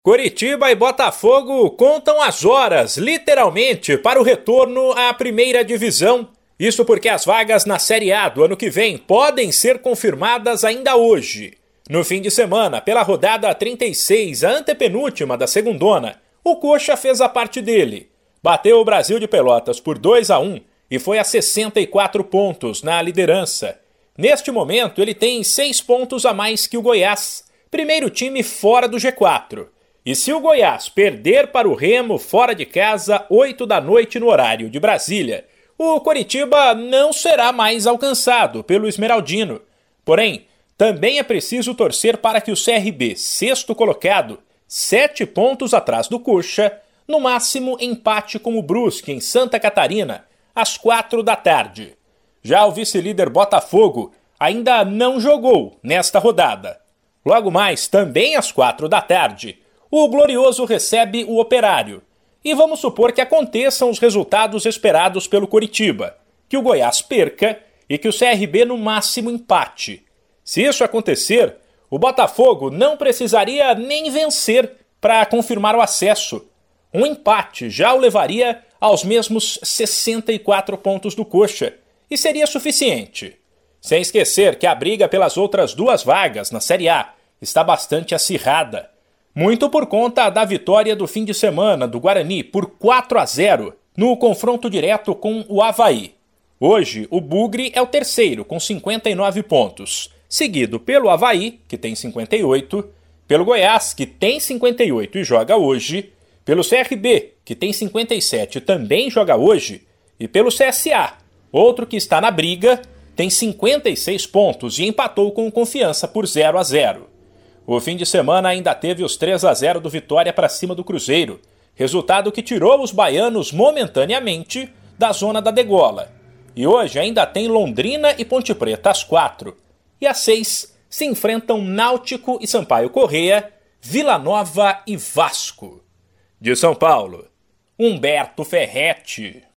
Coritiba e Botafogo contam as horas, literalmente, para o retorno à primeira divisão. Isso porque as vagas na Série A do ano que vem podem ser confirmadas ainda hoje. No fim de semana, pela rodada 36, a antepenúltima da segundona, o Coxa fez a parte dele. Bateu o Brasil de Pelotas por 2-1 e foi a 64 pontos na liderança. Neste momento, ele tem 6 pontos a mais que o Goiás, primeiro time fora do G4. E se o Goiás perder para o Remo fora de casa, 8 da noite no horário de Brasília, o Coritiba não será mais alcançado pelo Esmeraldino. Porém, também é preciso torcer para que o CRB, sexto colocado, 7 pontos atrás do Coxa, no máximo empate com o Brusque em Santa Catarina, às 4 da tarde. Já o vice-líder Botafogo ainda não jogou nesta rodada. Logo mais, também às 4 da tarde, o Glorioso recebe o Operário. E vamos supor que aconteçam os resultados esperados pelo Coritiba, que o Goiás perca e que o CRB no máximo empate. Se isso acontecer, o Botafogo não precisaria nem vencer para confirmar o acesso. Um empate já o levaria aos mesmos 64 pontos do Coxa, e seria suficiente. Sem esquecer que a briga pelas outras 2 vagas na Série A está bastante acirrada. Muito por conta da vitória do fim de semana do Guarani por 4-0 no confronto direto com o Avaí. Hoje, o Bugre é o terceiro com 59 pontos, seguido pelo Avaí, que tem 58, pelo Goiás, que tem 58 e joga hoje, pelo CRB, que tem 57 e também joga hoje, e pelo CSA, outro que está na briga, tem 56 pontos e empatou com o Confiança por 0-0. O fim de semana ainda teve os 3-0 do Vitória para cima do Cruzeiro, resultado que tirou os baianos momentaneamente da zona da degola. E hoje ainda tem Londrina e Ponte Preta às 4. E às 6 se enfrentam Náutico e Sampaio Corrêa, Vila Nova e Vasco. De São Paulo, Humberto Ferretti.